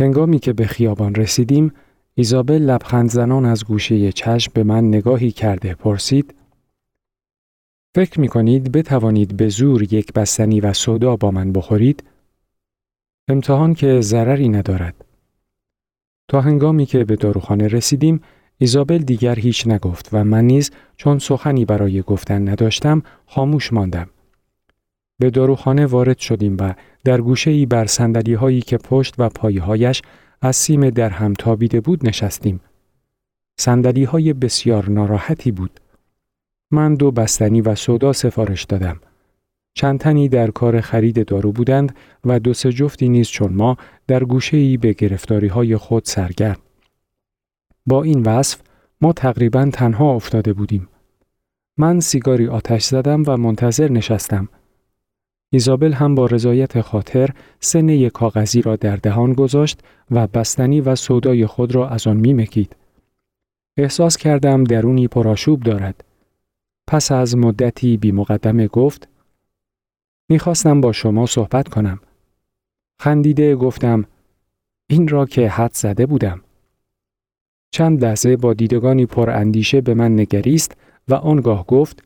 هنگامی که به خیابان رسیدیم، ایزابل لبخند زنان از گوشه چشم به من نگاهی کرده پرسید: فکر می‌کنید بتوانید به زور یک بستنی و سودا با من بخورید؟ امتحان که ضرری ندارد. تا هنگامی که به داروخانه رسیدیم، ایزابل دیگر هیچ نگفت و من نیز چون سخنی برای گفتن نداشتم خاموش ماندم. به داروخانه وارد شدیم و در گوشه‌ای بر صندلی‌هایی که پشت و پایه‌هایش از سیم درهم تابیده بود نشستیم. صندلی‌های بسیار ناراحتی بود. من 2 بستنی و سودا سفارش دادم. چند تنی در کار خرید دارو بودند و 2-3 جفتی نیز چون ما در گوشه‌ای به گرفتاری‌های خود سرگرم. با این وصف ما تقریباً تنها افتاده بودیم. من سیگاری آتش زدم و منتظر نشستم. ایزابل هم با رضایت خاطر سنه کاغذی را در دهان گذاشت و بستنی و سودای خود را از آن می‌مکید. احساس کردم درونی پرآشوب دارد. پس از مدتی بی مقدمه گفت: می‌خواستم با شما صحبت کنم. خندیده گفتم: این را که حد زده بودم. چند لحظه با دیدگانی پر اندیشه به من نگریست و آنگاه گفت: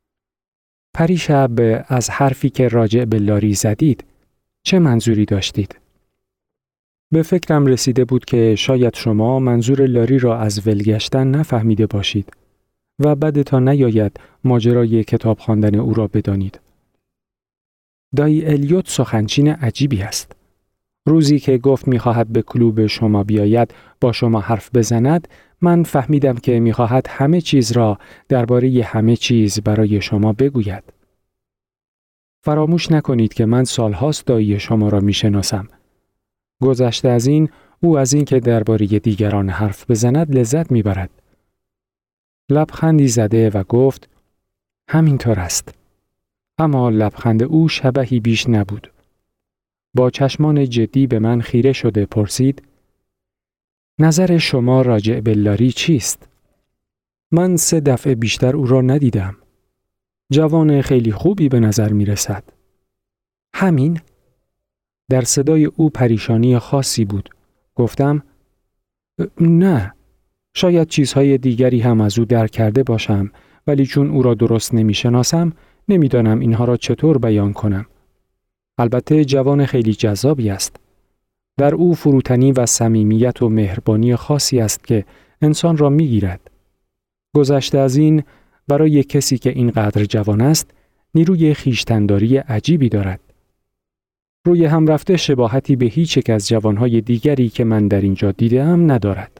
پریشب از حرفی که راجع به لاری زدید چه منظوری داشتید؟ به فکرم رسیده بود که شاید شما منظور لاری را از ولگشتن نفهمیده باشید و بدتان نیاید ماجرای کتاب خواندن او را بدانید. دایی الیوت سخنچین عجیبی است. روزی که گفت می‌خواهد به کلوب شما بیاید با شما حرف بزند، من فهمیدم که می‌خواهد همه چیز را درباره همه چیز برای شما بگوید. فراموش نکنید که من سال‌هاست دایی شما را می‌شناسم. گذشته از این، او از این که درباره دیگران حرف بزند لذت می‌برد. لبخندی زده و گفت: همینطور است. اما لبخند او شبحی بیش نبود. با چشمان جدی به من خیره شده پرسید: نظر شما راجع به لاری چیست؟ من 3 دفعه بیشتر او را ندیدم. جوان خیلی خوبی به نظر می رسد. همین؟ در صدای او پریشانی خاصی بود. گفتم: نه. شاید چیزهای دیگری هم از او درک کرده باشم، ولی چون او را درست نمی شناسم، نمی دانم اینها را چطور بیان کنم. البته جوان خیلی جذابی است. در او فروتنی و صمیمیت و مهربانی خاصی است که انسان را می‌گیرد. گذشته از این، برای کسی که اینقدر جوان است، نیروی خویشتن‌داری عجیبی دارد. روی هم رفته شباهتی به هیچ یک از جوانهای دیگری که من در اینجا دیده‌ام ندارد.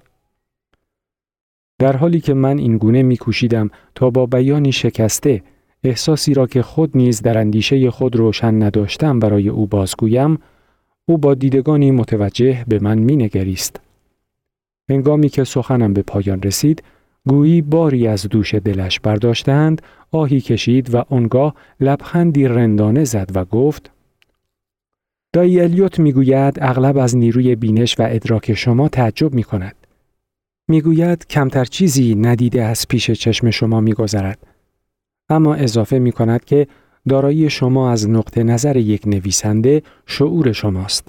در حالی که من این گونه می‌کوشیدم تا با بیانی شکسته احساسی را که خود نیز در اندیشه خود روشن نداشتم برای او بازگویم، او با دیدگانی متوجه به من مینگریست. هنگامی که سخنم به پایان رسید، گویی باری از دوش دلش برداشتند، آهی کشید و آنگاه لبخندی رندانه زد و گفت: دایی الیوت میگوید اغلب از نیروی بینش و ادراک شما تعجب میکند. میگوید کمتر چیزی ندیده از پیش چشم شما میگذرد. اما اضافه میکند که دارایی شما از نقطه نظر یک نویسنده شعور شماست.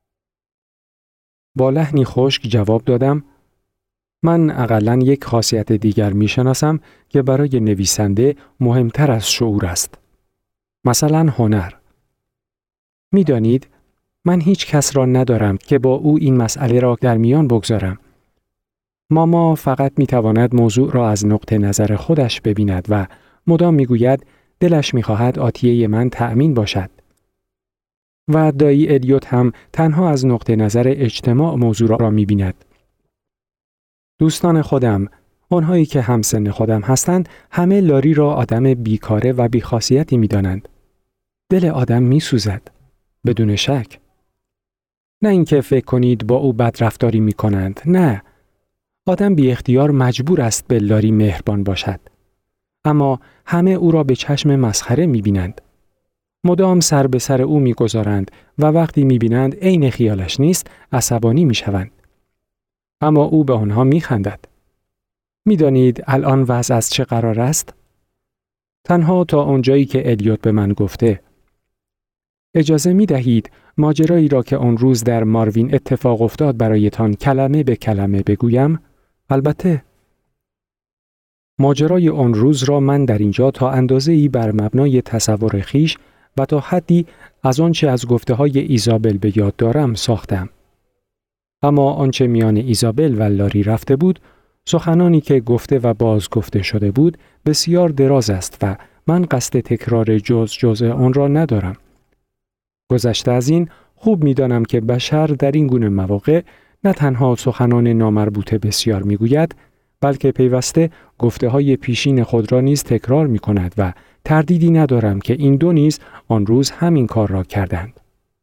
با لحنی خشک جواب دادم: من اقلن یک خاصیت دیگر میشناسم که برای نویسنده مهمتر از شعور است. مثلا هنر. میدانید من هیچ کس را ندارم که با او این مسئله را در میان بگذارم. ماما فقط میتواند موضوع را از نقطه نظر خودش ببیند و مدام میگوید دلش میخواهد آتیه من تأمین باشد. و دایی الیوت هم تنها از نقطه نظر اجتماع موضوع را میبیند. دوستان خودم، آنهایی که همسن خودم هستند، همه لاری را آدم بیکاره و بیخاصیتی میدانند. دل آدم میسوزد. بدون شک. نه اینکه فکر کنید با او بدرفتاری میکنند. نه. آدم بی اختیار مجبور است به لاری مهربان باشد. اما همه او را به چشم مسخره می‌بینند. مدام سر به سر او می‌گذارند و وقتی می‌بینند عین خیالش نیست، عصبانی می‌شوند. اما او به آنها می‌خندد. می‌دانید الان وضع از چه قرار است؟ تنها تا آنجایی که الیوت به من گفته. اجازه می‌دهید ماجرایی را که آن روز در ماروین اتفاق افتاد برایتان کلمه به کلمه بگویم؟ البته. ماجرای آن روز را من در اینجا تا اندازه‌ای بر مبنای تصور خیش و تا حدی از آنچه از گفته‌های ایزابل به یاد دارم ساختم. اما آنچه میان ایزابل و لاری رفته بود، سخنانی که گفته و باز گفته شده بود، بسیار دراز است و من قصد تکرار جزء آن را ندارم. گذشته از این، خوب می‌دانم که بشر در این گونه مواقع نه تنها سخنان نامربوطه بسیار می‌گوید، بلکه پیوسته گفته‌های پیشین خود را نیز تکرار می‌کند و تردیدی ندارم که این دو نیز آن روز همین کار را کردند.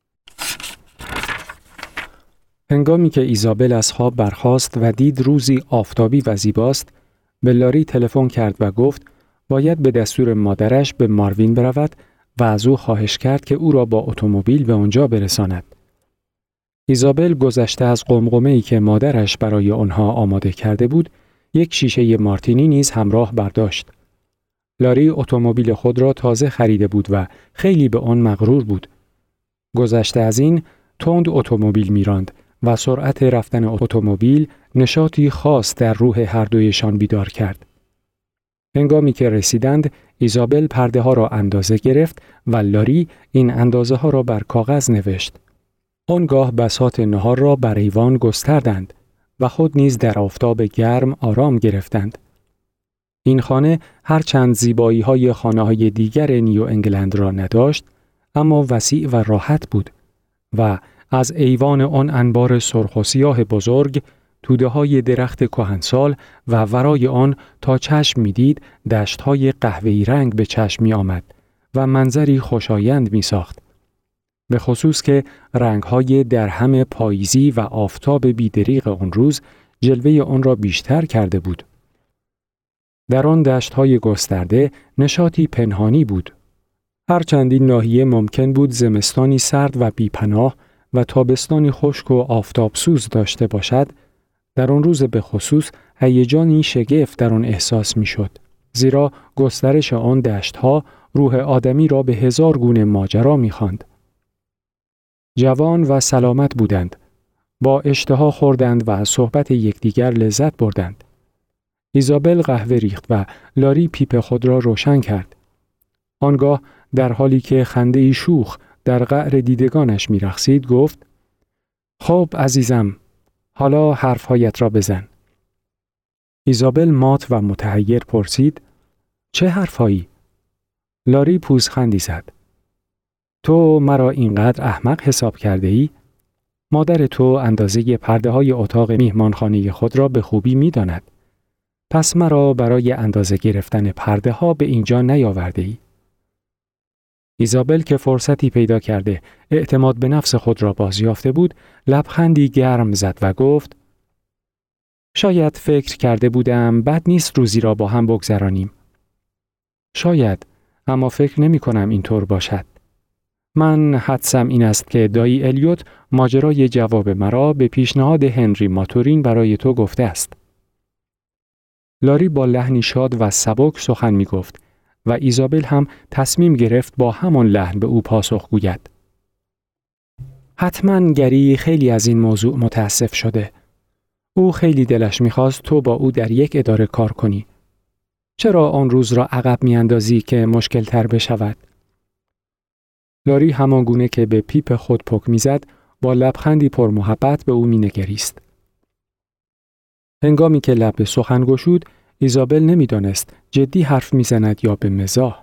هنگامی که ایزابل از خواب برخاست و دید روزی آفتابی و زیباست، به لاری تلفن کرد و گفت باید به دستور مادرش به ماروین برود و از او خواهش کرد که او را با اتومبیل به آنجا برساند. ایزابل گذشته از قمقمه‌ای که مادرش برای آنها آماده کرده بود، یک شیشه مارتینی نیز همراه برداشت. لاری اتومبیل خود را تازه خریده بود و خیلی به آن مغرور بود. گذشته از این، تند اتومبیل می‌راند و سرعت رفتن اتومبیل نشاطی خاص در روح هر دویشان بیدار کرد. هنگامی که رسیدند، ایزابل پرده ها را اندازه گرفت و لاری این اندازه ها را بر کاغذ نوشت. آنگاه بساط نهار را بر ایوان گستردند و خود نیز در آفتاب گرم آرام گرفتند. این خانه هرچند زیبایی های خانه های دیگر نیو انگلند را نداشت، اما وسیع و راحت بود و از ایوان آن انبار سرخ و سیاه بزرگ، توده های درخت کهنسال و ورای آن تا چشم می‌دید دشت‌های قهوه‌ای رنگ به چشم می آمد و منظری خوشایند می ساخت. به خصوص که رنگ‌های درهم پاییزی و آفتاب بیدریغ آن روز جلوه آن را بیشتر کرده بود. در آن دشت‌های گسترده نشاطی پنهانی بود. هرچند این ناحیه ممکن بود زمستانی سرد و بی‌پناه و تابستانی خشک و آفتابسوز داشته باشد، در آن روز به خصوص هیجانی شگفت در آن احساس می‌شد، زیرا گسترش آن دشت‌ها روح آدمی را به هزار گونه ماجرا می‌خواند. جوان و سلامت بودند، با اشتها خوردند و از صحبت یکدیگر لذت بردند. ایزابل قهوه ریخت و لاری پیپ خود را روشن کرد. آنگاه در حالی که خنده‌ای شوخ در قعر دیدگانش می‌رقصید گفت: خب عزیزم، حالا حرفهایت را بزن. ایزابل مات و متحیر پرسید: چه حرفهایی؟ لاری پوزخندی زد. تو مرا اینقدر احمق حساب کرده ای؟ مادر تو اندازه پرده های اتاق میهمانخانه خود را به خوبی می داند. پس مرا برای اندازه گرفتن پرده ها به اینجا نیاورده ای. ایزابل که فرصتی پیدا کرده اعتماد به نفس خود را بازیافته بود، لبخندی گرم زد و گفت: شاید فکر کرده بودم بد نیست روزی را با هم بگذرانیم. شاید، اما فکر نمی کنم اینطور باشد. من حدسم این است که دایی الیوت ماجرای جواب مرا به پیشنهاد هنری ماتورین برای تو گفته است. لاری با لحنی شاد و سبک سخن می گفت و ایزابل هم تصمیم گرفت با همان لحن به او پاسخ گوید. حتما گری خیلی از این موضوع متاسف شده. او خیلی دلش می‌خواست تو با او در یک اداره کار کنی. چرا آن روز را عقب می‌اندازی که مشکل تر بشود؟ لاری همانگونه که به پیپ خود پک می‌زد، با لبخندی پر محبت به او می‌نگریست. هنگامی که لب به سخن گشود، ایزابل نمی‌دانست جدی حرف می‌زند یا به مزاح.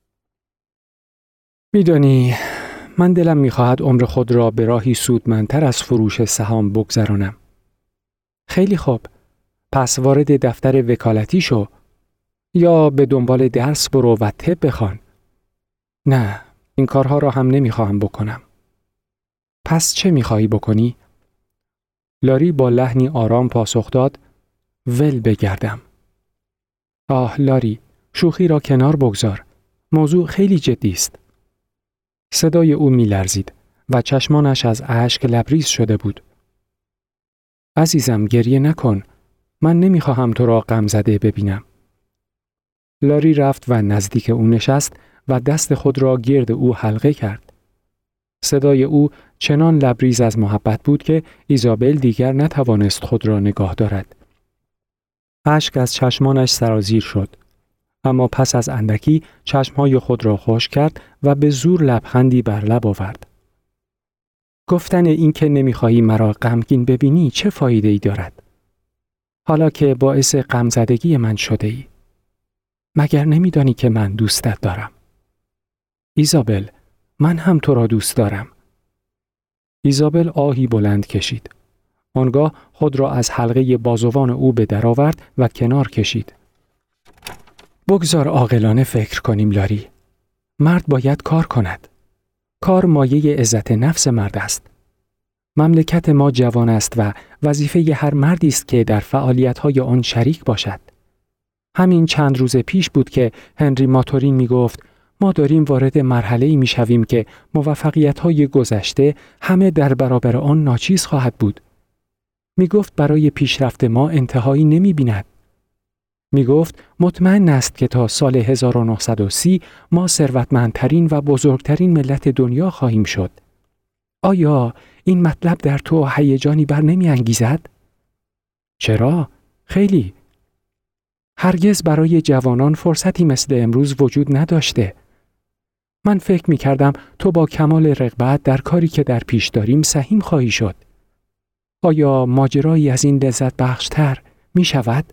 می‌دانی، من دلم می‌خواهد عمر خود را به راهی سودمندتر از فروش سهام بگذرانم. خیلی خوب، پس وارد دفتر وکالتی شو یا به دنبال درس برو و طب بخوان. نه، این کارها را هم نمیخواهم بکنم. پس چه میخواهی بکنی؟ لاری با لحنی آرام پاسخ داد: ول بگردم. آه لاری، شوخی را کنار بگذار. موضوع خیلی جدی است. صدای او میلرزید و چشمانش از اشک لبریز شده بود. عزیزم، گریه نکن. من نمیخواهم تو را غم زده ببینم. لاری رفت و نزدیک او نشست و دست خود را گرد او حلقه کرد. صدای او چنان لبریز از محبت بود که ایزابل دیگر نتوانست خود را نگاه دارد. اشک از چشمانش سرازیر شد. اما پس از اندکی چشمهای خود را خشک کرد و به زور لبخندی بر لب آورد. گفتن این که نمیخواهی مرا غمگین ببینی چه فایده ای دارد؟ حالا که باعث غمزدگی من شده ای. مگر نمیدانی که من دوستت دارم؟ ایزابل، من هم تو را دوست دارم. ایزابل آهی بلند کشید. آنگاه خود را از حلقه بازوان او به در آورد و کنار کشید. بگذار عاقلانه فکر کنیم لاری. مرد باید کار کند. کار مایه عزت نفس مرد است. مملکت ما جوان است و وظیفه هر مردی است که در فعالیت‌های آن شریک باشد. همین چند روز پیش بود که هنری ماتورین می گفت ما داریم وارد مرحله‌ای می‌شویم که موفقیت‌های گذشته همه در برابر آن ناچیز خواهد بود. می گفت برای پیشرفت ما انتهایی نمی‌بیند. می گفت مطمئن است که تا سال 1930 ما ثروتمندترین و بزرگترین ملت دنیا خواهیم شد. آیا این مطلب در تو هیجانی بر نمی انگیزد؟ چرا؟ خیلی. هرگز برای جوانان فرصتی مثل امروز وجود نداشته. من فکر می کردم تو با کمال رغبت در کاری که در پیش داریم سهیم خواهی شد. آیا ماجرایی از این لذت بخشتر می شود؟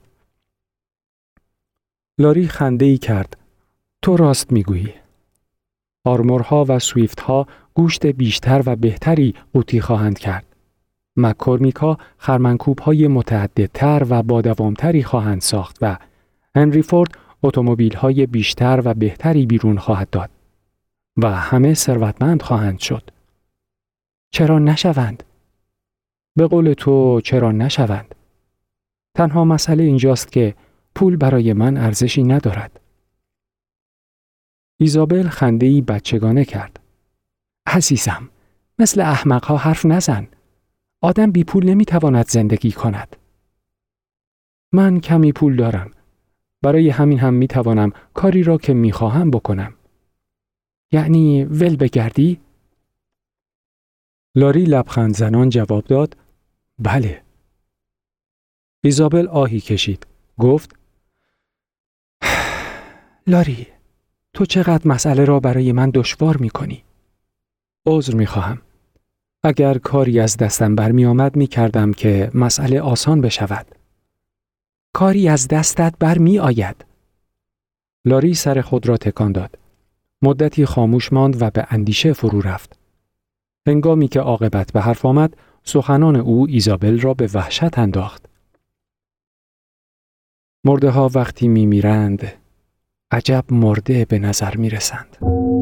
لاری خنده‌ای کرد. تو راست می گویی. آرمورها و سویفتها گوشت بیشتر و بهتری قوطی خواهند کرد. مک‌کورمیک‌ها خرمنکوب‌های متعددتر و با دوامتری خواهند ساخت و هنری فورد اتومبیل‌های بیشتر و بهتری بیرون خواهد داد و همه ثروتمند خواهند شد. چرا نشوند؟ به قول تو چرا نشوند؟ تنها مسئله اینجاست که پول برای من ارزشی ندارد. ایزابل خنده‌ای بچگانه کرد. عزیزم، مثل احمق‌ها حرف نزن. آدم بی پول نمیتواند زندگی کند. من کمی پول دارم. برای همین هم میتوانم کاری را که میخواهم بکنم. یعنی ول بگردی؟ لاری لبخند زنان جواب داد بله. ایزابل آهی کشید. گفت لاری، تو چقدر مسئله را برای من دشوار میکنی. عذر میخواهم. اگر کاری از دستم برمی آمد می کردم که مسئله آسان بشود. کاری از دستت برمی آید. لاری سر خود را تکان داد. مدتی خاموش ماند و به اندیشه فرو رفت. هنگامی که عاقبت به حرف آمد، سخنان او ایزابل را به وحشت انداخت. مرده ها وقتی می میرند، عجب مرده به نظر می رسند.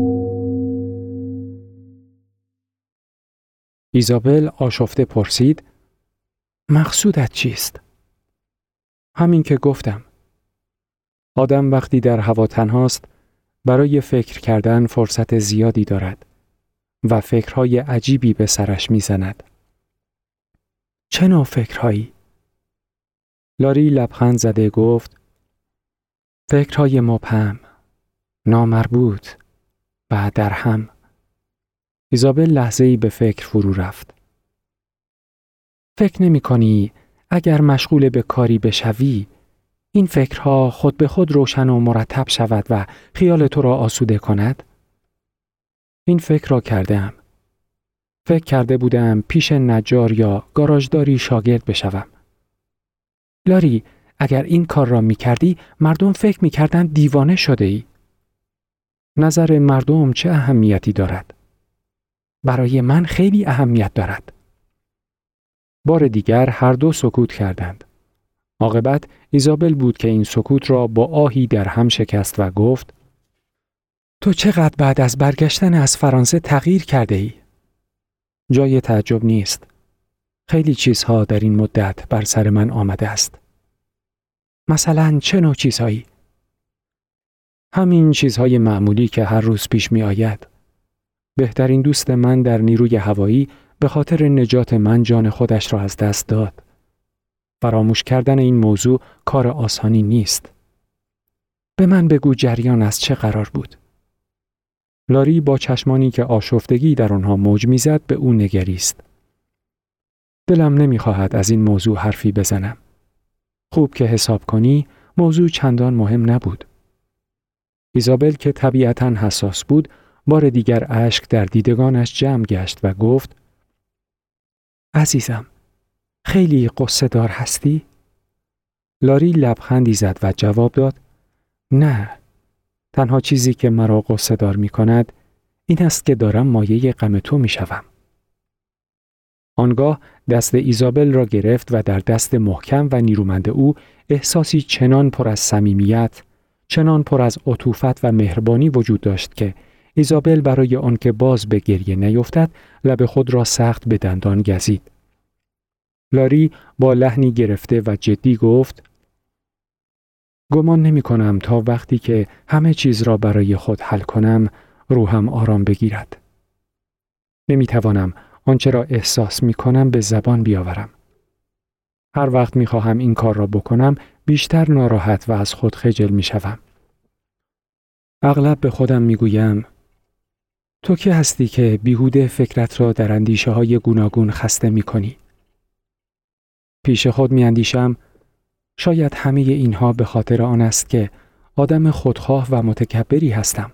ایزابل آشفته پرسید مقصودت چیست؟ همین که گفتم. آدم وقتی در هوا تنهاست برای فکر کردن فرصت زیادی دارد و فکرهای عجیبی به سرش میزند. چه نوع فکرهایی؟ لاری لبخند زده گفت فکرهای مبهم، نامربوط و درهم. ایزابل لحظه‌ای به فکر فرو رفت. فکر نمی‌کنی اگر مشغول به کاری بشوی، این فکرها خود به خود روشن و مرتب شود و خیال تو را آسوده کند؟ این فکر را کردم. فکر کرده بودم پیش نجار یا گاراژداری شاگرد بشوم. لاری، اگر این کار را می‌کردی، مردم فکر می‌کردند دیوانه شده ای. نظر مردم چه اهمیتی دارد؟ برای من خیلی اهمیت دارد. بار دیگر هر دو سکوت کردند. عاقبت ایزابل بود که این سکوت را با آهی در هم شکست و گفت تو چقدر بعد از برگشتن از فرانسه تغییر کرده ای؟ جای تعجب نیست. خیلی چیزها در این مدت بر سر من آمده است. مثلا چه نوع چیزهایی؟ همین چیزهای معمولی که هر روز پیش می آید. بهترین دوست من در نیروی هوایی به خاطر نجات من جان خودش را از دست داد. فراموش کردن این موضوع کار آسانی نیست. به من بگو جریان از چه قرار بود؟ لاری با چشمانی که آشفتگی در آنها موج میزد به او نگریست. دلم نمیخواهد از این موضوع حرفی بزنم. خوب که حساب کنی موضوع چندان مهم نبود. ایزابل که طبیعتاً حساس بود بار دیگر اشک در دیدگانش جمع گشت و گفت عزیزم خیلی قصه دار هستی؟ لاری لبخندی زد و جواب داد نه، تنها چیزی که مرا قصه دار می کند این است که دارم مایه غم تو می شوم. آنگاه دست ایزابل را گرفت و در دست محکم و نیرومند او احساسی چنان پر از صمیمیت، چنان پر از عطوفت و مهربانی وجود داشت که ایزابل برای آنکه باز به گریه نیفتد لب خود را سخت به دندان گزید. لاری با لحنی گرفته و جدی گفت گمان نمی کنم تا وقتی که همه چیز را برای خود حل کنم روحم آرام بگیرد. نمی توانم آنچه را احساس می کنم به زبان بیاورم. هر وقت می خواهم این کار را بکنم بیشتر ناراحت و از خود خجل می شوم. اغلب به خودم می گویم تو کی هستی که بیهوده فکرت را در اندیشه های گوناگون خسته می کنی؟ پیش خود می اندیشم شاید همه اینها به خاطر آن است که آدم خودخواه و متکبری هستم.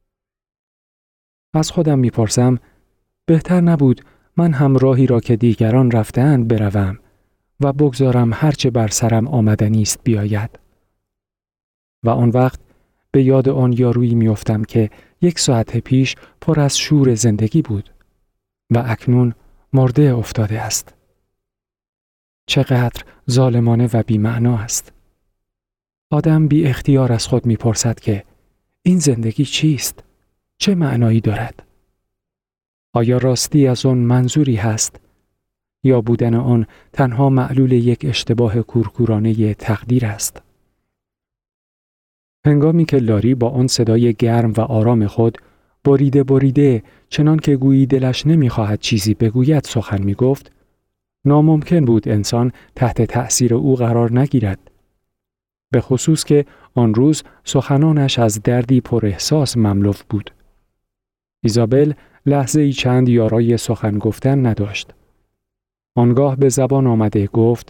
از خودم می پرسم بهتر نبود من هم راهی را که دیگران رفته‌اند بروم و بگذارم هرچه بر سرم آمدنی است بیاید. و آن وقت به یاد آن یارویی میافتم که 1 ساعت پیش پر از شور زندگی بود و اکنون مرده افتاده است. چقدر ظالمانه و بی‌معنا است. آدم بی اختیار از خود میپرسد که این زندگی چیست؟ چه معنایی دارد؟ آیا راستی از آن منظوری هست؟ یا بودن آن تنها معلول یک اشتباه کورکورانه تقدیر است؟ هنگامی که لاری با آن صدای گرم و آرام خود بریده چنان که گویی دلش نمیخواهد چیزی بگوید سخن میگفت، ناممکن بود انسان تحت تأثیر او قرار نگیرد. به خصوص که آن روز سخنانش از دردی پر احساس مملو بود. ایزابل لحظه‌ای چند یارای سخن گفتن نداشت. آنگاه به زبان آمده گفت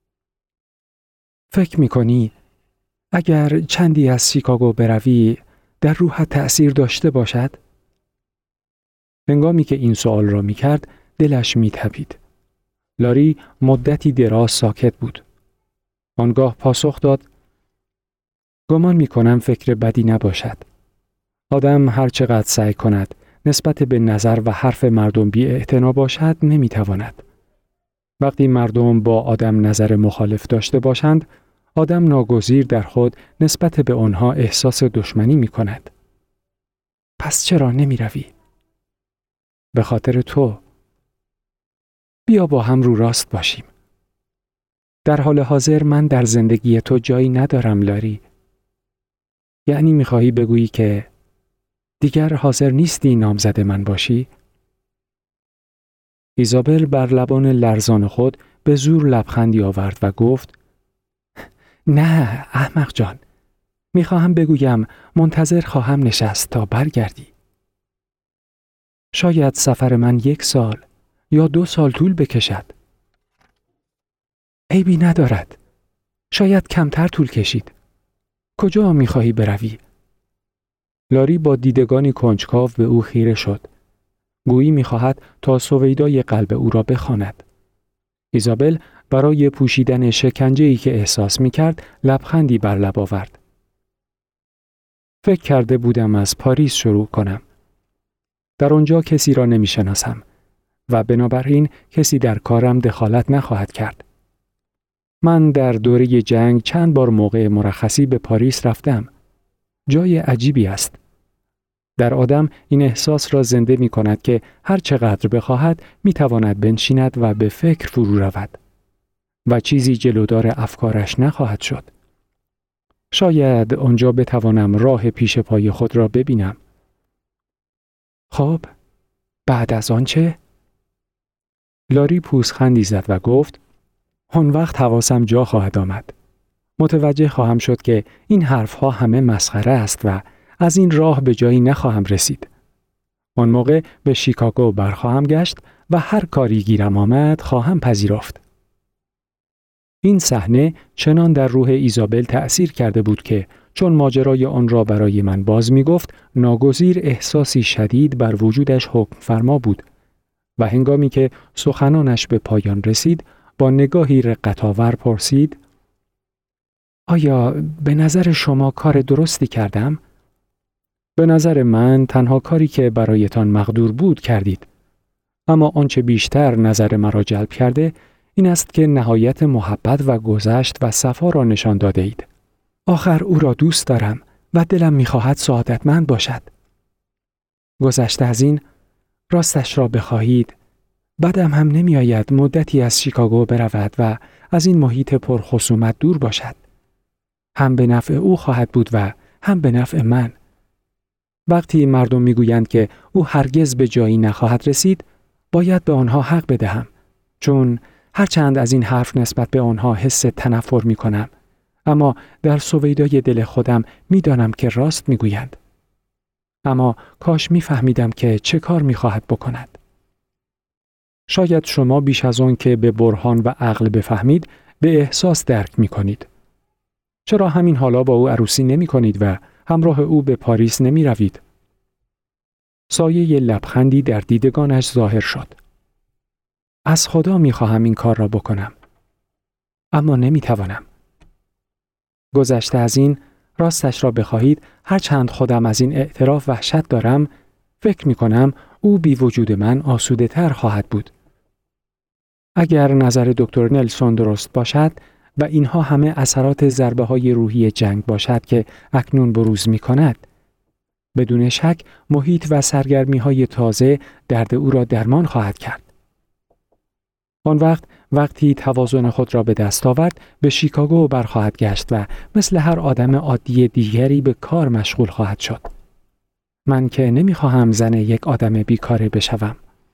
فکر می‌کنی اگر چندی از شیکاگو بروی در روحت تأثیر داشته باشد؟ هنگامی که این سوال را می‌کرد دلش می‌تپید. لاری مدتی دراز ساکت بود. آنگاه پاسخ داد گمان می‌کنم فکر بدی نباشد. آدم هر چقدر سعی کند نسبت به نظر و حرف مردم بی‌اعتنا باشد نمی‌تواند. وقتی مردم با آدم نظر مخالف داشته باشند، آدم ناگزیر در خود نسبت به آنها احساس دشمنی می‌کند. پس چرا نمی‌روی؟ به خاطر تو. بیا با هم رو راست باشیم. در حال حاضر من در زندگی تو جایی ندارم لاری. یعنی می‌خواهی بگویی که دیگر حاضر نیستی نامزد من باشی؟ ایزابل بر لبان لرزان خود به زور لبخندی آورد و گفت نه احمق جان، میخواهم بگویم منتظر خواهم نشست تا برگردی. شاید سفر من 1 سال یا 2 سال طول بکشد. عیبی ندارد. شاید کمتر طول کشید. کجا میخواهی بروی؟ لاری با دیدگانی کنجکاو به او خیره شد. گویی میخواهد تا سویدای قلب او را بخواند. ایزابل برای پوشیدن شکنجه‌ای که احساس میکرد لبخندی بر لب آورد. فکر کرده بودم از پاریس شروع کنم. در آنجا کسی را نمیشناسم و بنابراین کسی در کارم دخالت نخواهد کرد. من در دوره جنگ چند بار موقع مرخصی به پاریس رفتم. جای عجیبی است. در آدم این احساس را زنده می کند که هر چقدر بخواهد می تواند بنشیند و به فکر فرو رود و چیزی جلودار افکارش نخواهد شد. شاید آنجا بتوانم راه پیش پای خود را ببینم. خب، بعد از آن چه؟ لاری پوزخندی زد و گفت آن وقت حواسم جا خواهد آمد. متوجه خواهم شد که این حرفها همه مسخره است و از این راه به جایی نخواهم رسید. آن موقع به شیکاگو برخواهم گشت و هر کاری گیرم آمد خواهم پذیرفت. این صحنه چنان در روح ایزابل تأثیر کرده بود که چون ماجرای آن را برای من باز می گفت، ناگزیر احساسی شدید بر وجودش حکم فرما بود و هنگامی که سخنانش به پایان رسید، با نگاهی رقت‌آور پرسید: آیا به نظر شما کار درستی کردم؟ به نظر من تنها کاری که برایتان مقدور بود کردید. اما آنچه بیشتر نظر مرا جلب کرده این است که نهایت محبت و گذشت و صفا را نشان داده اید. آخر او را دوست دارم و دلم می‌خواهد سعادتمند باشد. گذشته از این، راستش را بخواهید، بدم هم نمی‌آید مدتی از شیکاگو برود و از این محیط پرخصومت دور باشد. هم به نفع او خواهد بود و هم به نفع من. وقتی مردم میگویند که او هرگز به جایی نخواهد رسید، باید به آنها حق بدهم، چون هرچند از این حرف نسبت به آنها حس تنفر میکنم، اما در سویدای دل خودم میدانم که راست میگویند. اما کاش میفهمیدم که چه کار میخواهد بکند. شاید شما بیش از آن که به برهان و عقل بفهمید، به احساس درک میکنید. چرا همین حالا با او عروسی نمی کنید و همراه او به پاریس نمی روید؟ سایه لبخندی در دیدگانش ظاهر شد. از خدا می خواهم این کار را بکنم، اما نمی توانم. گذشته از این، راستش را بخواهید، هرچند خودم از این اعتراف وحشت دارم، فکر می کنم او بی وجود من آسوده تر خواهد بود. اگر نظر دکتر نلسون درست باشد و اینها همه اثرات ضربه‌های روحی جنگ باشد که اکنون بروز می‌کند، بدون شک محیط و سرگرمی‌های تازه درد او را درمان خواهد کرد. آن وقت وقتی توازن خود را به دست آورد، به شیکاگو برخواهد گشت و مثل هر آدم عادی دیگری به کار مشغول خواهد شد. من که نمی‌خواهم زن یک آدم بیکاره بشوم.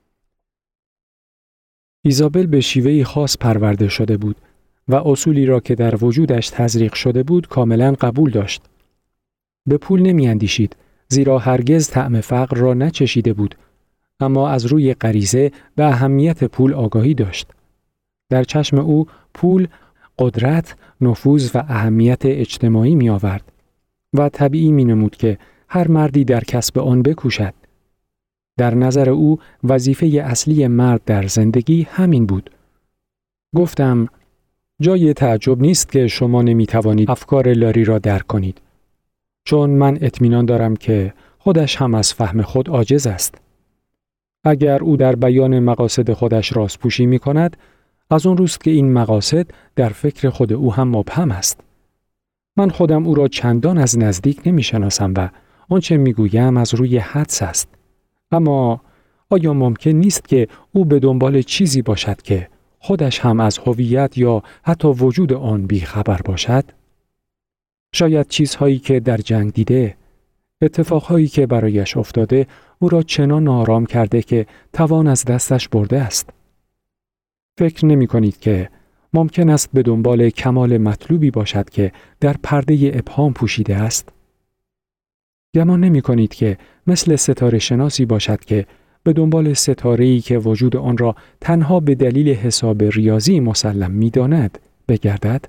ایزابل به شیوهی خاص پرورده شده بود و اصولی را که در وجودش تزریق شده بود کاملا قبول داشت. به پول نمی اندیشید، زیرا هرگز طعم فقر را نچشیده بود، اما از روی غریزه به اهمیت پول آگاهی داشت. در چشم او پول قدرت، نفوذ و اهمیت اجتماعی می آورد و طبیعی می نمود که هر مردی در کسب آن بکوشد. در نظر او وظیفه اصلی مرد در زندگی همین بود. گفتم: جای تعجب نیست که شما نمی توانید افکار لاری را درک کنید، چون من اطمینان دارم که خودش هم از فهم خود عاجز است. اگر او در بیان مقاصد خودش رازپوشی می کند، از اون روست که این مقاصد در فکر خود او هم مبهم است. من خودم او را چندان از نزدیک نمی شناسم و آنچه می گویم از روی حدس است. اما آیا ممکن نیست که او به دنبال چیزی باشد که خودش هم از هویت یا حتی وجود آن بیخبر باشد؟ شاید چیزهایی که در جنگ دیده، اتفاقهایی که برایش افتاده او را چنان ناآرام کرده که توان از دستش برده است. فکر نمی کنید که ممکن است به دنبال کمال مطلوبی باشد که در پرده ابهام پوشیده است؟ گمان نمی کنید که مثل ستاره شناسی باشد که به دنبال ستاره‌ای که وجود آن را تنها به دلیل حساب ریاضی مسلم می داند بگردد؟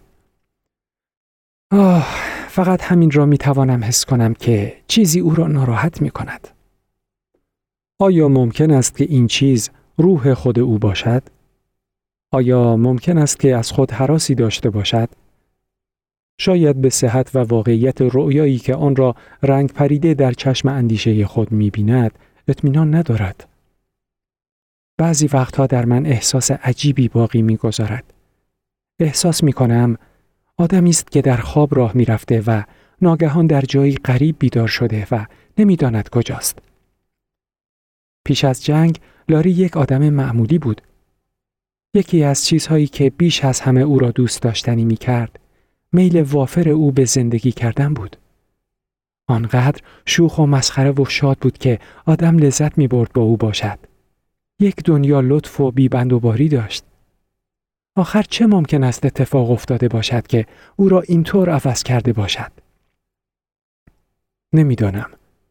فقط همین را می توانم حس کنم که چیزی او را ناراحت می کند. آیا ممکن است که این چیز روح خود او باشد؟ آیا ممکن است که از خود هراسی داشته باشد؟ شاید به صحت و واقعیت رؤیایی که آن را رنگ پریده در چشم اندیشه خود می بیند اطمینان ندارد. بعضی وقتها در من احساس عجیبی باقی می گذارد. احساس می کنم آدمی است که در خواب راه می رفته و ناگهان در جایی غریب بیدار شده و نمی داند کجاست. پیش از جنگ لاری یک آدم معمولی بود. یکی از چیزهایی که بیش از همه او را دوست داشتنی می کرد میل وافر او به زندگی کردن بود. آنقدر شوخ و مسخره و شاد بود که آدم لذت می برد با او باشد. یک دنیا لطف و بی‌بندوباری داشت. آخر چه ممکن است اتفاق افتاده باشد که او را اینطور عوض کرده باشد؟ نمیدانم.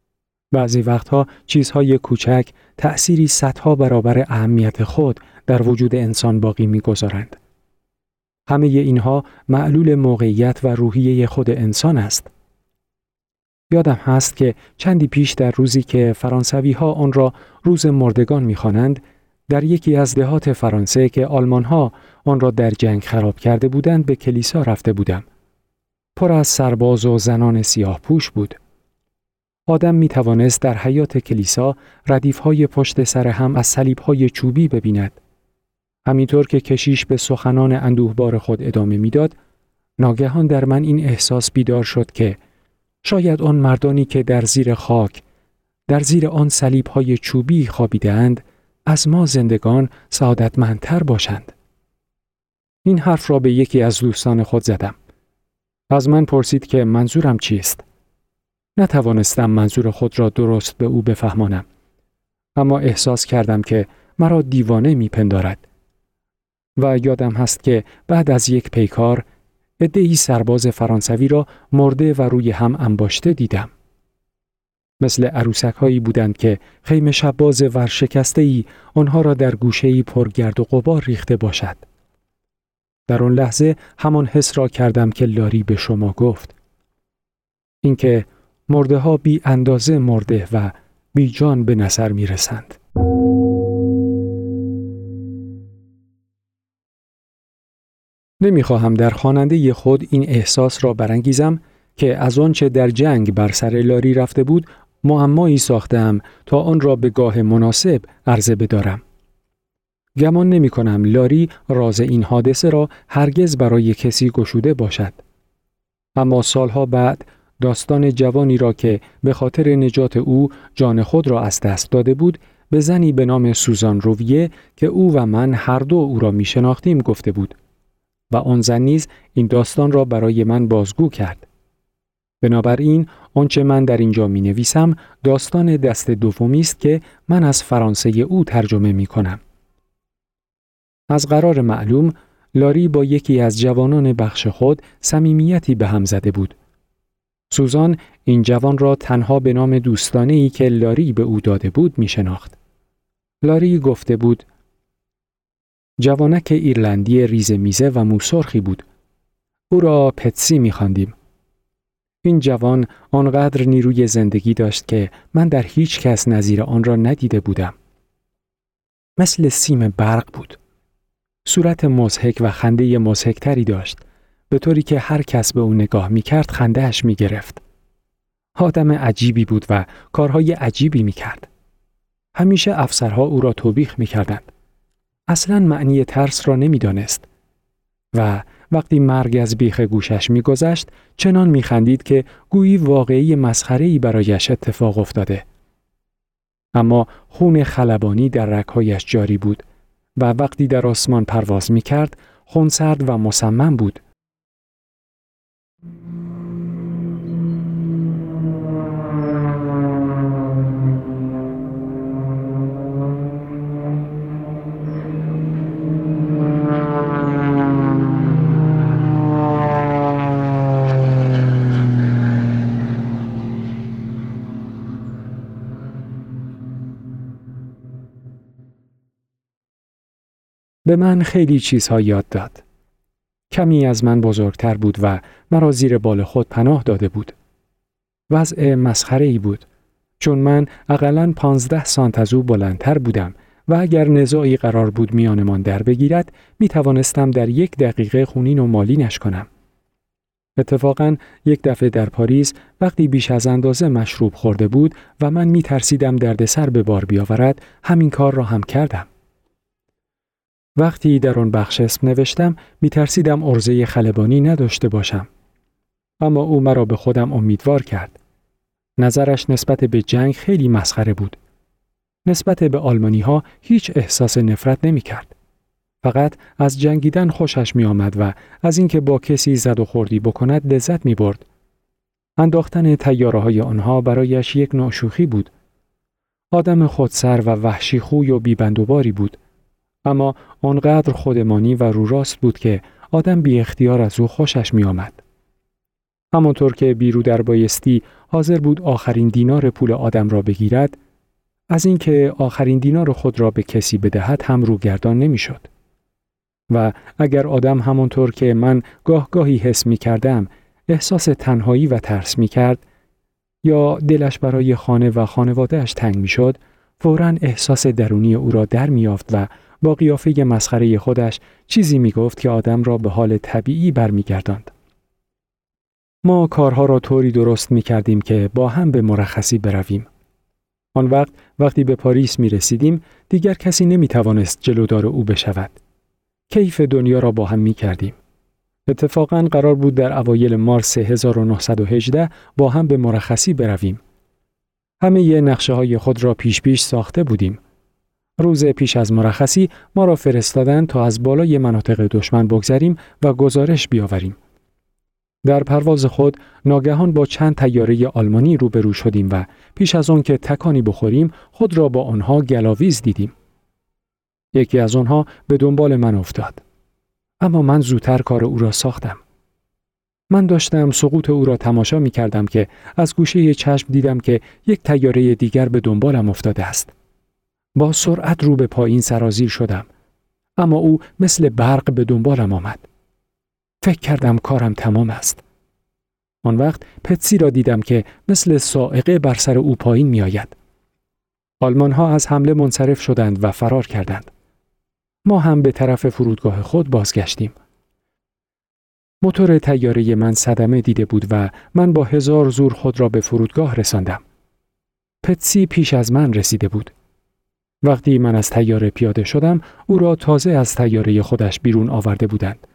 بعضی وقتها چیزهای کوچک تأثیری صدها برابر اهمیت خود در وجود انسان باقی می‌گذارند. همه اینها معلول موقعیت و روحیه خود انسان است. یادم هست که چندی پیش در روزی که فرانسوی‌ها آن را روز مردگان می‌خوانند، در یکی از دهات فرانسه که آلمان‌ها آن را در جنگ خراب کرده بودند به کلیسا رفته بودم. پر از سرباز و زنان سیاه پوش بود. آدم می توانست در حیاط کلیسا ردیف‌های پشت سر هم از صلیب‌های چوبی ببیند. همینطور که کشیش به سخنان اندوهبار خود ادامه میداد، ناگهان در من این احساس بیدار شد که شاید آن مردانی که در زیر خاک، در زیر آن صلیب‌های چوبی خوابیده‌اند، از ما زندگان سعادتمندتر باشند. این حرف را به یکی از دوستان خود زدم. از من پرسید که منظورم چیست؟ نتوانستم منظور خود را درست به او بفهمانم. اما احساس کردم که مرا دیوانه میپندارد. و یادم هست که بعد از یک پیکار عده‌ای سرباز فرانسوی را مرده و روی هم انباشته دیدم. مثل عروسک‌هایی بودند که خیمه شباز ورشکسته‌ای آنها را در گوشه‌ای پرگرد و غبار ریخته باشد. در آن لحظه همان حس را کردم که لاری به شما گفت. اینکه مرده ها بی اندازه مرده و بی جان به نظر می رسند. نمی خواهم در خواننده خود این احساس را برانگیزم که از آنچه در جنگ بر سر لاری رفته بود معمایی ساختم تا آن را به گاه مناسب عرضه بدارم. گمان نمی کنم لاری راز این حادثه را هرگز برای کسی گشوده باشد. اما سالها بعد داستان جوانی را که به خاطر نجات او جان خود را از دست داده بود به زنی به نام سوزان رویه که او و من هر دو او را می شناختیم گفته بود و آن زن نیز این داستان را برای من بازگو کرد. بنابراین آنچه من در اینجا می نویسم داستان دست دومی است که من از فرانسه او ترجمه می کنم. از قرار معلوم لاری با یکی از جوانان بخش خود صمیمیتی به هم زده بود. سوزان این جوان را تنها به نام دوستانه‌ای که لاری به او داده بود می شناخت. لاری گفته بود جوانک ایرلندی ریزمیزه و موسرخی بود. او را پتسی می خواندیم. این جوان آنقدر نیروی زندگی داشت که من در هیچ کس نظیر آن را ندیده بودم. مثل سیم برق بود. صورت مضحک و خنده مضحک‌تری داشت، به طوری که هر کس به او نگاه می‌کرد خنده‌اش می‌گرفت. آدم عجیبی بود و کارهای عجیبی می‌کرد. همیشه افسرها او را توبیخ می‌کردند. اصلاً معنی ترس را نمی‌دانست. و وقتی مرگ از بیخ گوشش می‌گذشت، چنان می‌خندید که گویی واقعی مسخره‌ای برایش اتفاق افتاده. اما خون خلبانی در رگ‌هایش جاری بود و وقتی در آسمان پرواز می‌کرد، خونسرد و مصمم بود. به من خیلی چیزها یاد داد. کمی از من بزرگتر بود و مرا زیر بال خود پناه داده بود. وضع مسخره‌ای بود، چون من حداقل 15 سانت از او بلندتر بودم و اگر نزاعی قرار بود میانمان در بگیرد، می توانستم در 1 دقیقه خونین و مالینش کنم. اتفاقاً یک دفعه در پاریس وقتی بیش از اندازه مشروب خورده بود و من می ترسیدم دردسر به بار بیاورد، همین کار را هم کردم. وقتی در آن بخش اسم نوشتم می ترسیدم عرضه خلبانی نداشته باشم. اما او مرا به خودم امیدوار کرد. نظرش نسبت به جنگ خیلی مسخره بود. نسبت به آلمانی ها هیچ احساس نفرت نمی کرد. فقط از جنگیدن خوشش می آمد و از اینکه با کسی زد و خوردی بکند لذت می برد. انداختن طیاره های آنها برایش یک نوع شوخی بود. آدم خودسر و وحشی خوی و بی‌بندوباری بود. اما آنقدر خودمانی و رو راست بود که آدم بی اختیار از او خوشش می آمد. همانطور که بیرو در بایستی حاضر بود آخرین دینار پول آدم را بگیرد، از اینکه آخرین دینار خود را به کسی بدهد هم روگردان نمیشد. و اگر آدم همانطور که من گاهی حس می کردم احساس تنهایی و ترس می کرد یا دلش برای خانه و خانواده‌اش تنگ می شد، فوراً احساس درونی او را در می یافت و با قیافه مسخره خودش چیزی می گفت که آدم را به حال طبیعی برمیگرداند. ما کارها را طوری درست می کردیم که با هم به مرخصی برویم. آن وقت وقتی به پاریس می رسیدیم دیگر کسی نمی توانست جلودار او بشود. کیف دنیا را با هم می کردیم. اتفاقاً قرار بود در اوایل مارس 1918 با هم به مرخصی برویم. همه نقشه‌های خود را پیش ساخته بودیم. روز پیش از مرخصی ما را فرستادند تا از بالای مناطق دشمن بگذریم و گزارش بیاوریم. در پرواز خود ناگهان با چند طیاره آلمانی روبرو شدیم و پیش از آن که تکانی بخوریم خود را با آنها گلاویز دیدیم. یکی از آنها به دنبال من افتاد. اما من زودتر کار او را ساختم. من داشتم سقوط او را تماشا می کردم که از گوشه چشم دیدم که یک طیاره دیگر به دنبالم افتاده است. با سرعت رو به پایین سرازیر شدم. اما او مثل برق به دنبالم آمد. فکر کردم کارم تمام است. آن وقت پتسی را دیدم که مثل صاعقه بر سر او پایین می آید. آلمان ها از حمله منصرف شدند و فرار کردند. ما هم به طرف فرودگاه خود بازگشتیم. موتور طیاره من صدمه دیده بود و من با 1000 زور خود را به فرودگاه رساندم. پتسی پیش از من رسیده بود. وقتی من از طیاره پیاده شدم، او را تازه از طیاره خودش بیرون آورده بودند.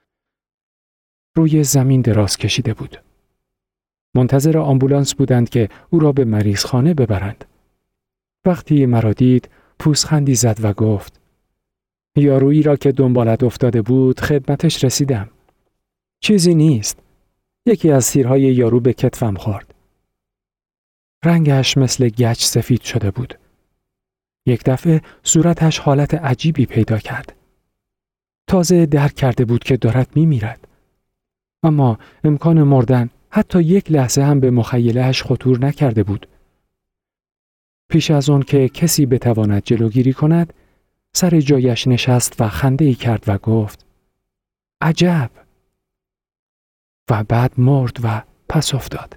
روی زمین دراز کشیده بود. منتظر آمبولانس بودند که او را به مریضخانه ببرند. وقتی مرا دید، پوزخندی زد و گفت: یارویی را که دنبالت افتاده بود خدمتش رسیدم. چیزی نیست. یکی از تیرهای یارو به کتفم خورد. رنگش مثل گچ سفید شده بود. یک دفعه صورتش حالت عجیبی پیدا کرد. تازه درک کرده بود که دارد میمیرد. اما امکان مردن حتی یک لحظه هم به مخیله‌اش خطور نکرده بود. پیش از آن که کسی بتواند جلوگیری کند، سر جایش نشست و خنده‌ای کرد و گفت: عجب. و بعد مرد و پس افتاد.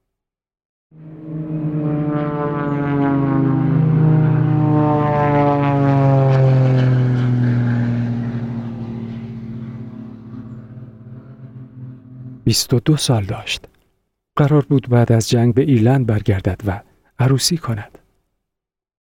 بیست و 22 سال داشت. قرار بود بعد از جنگ به ایرلند برگردد و عروسی کند.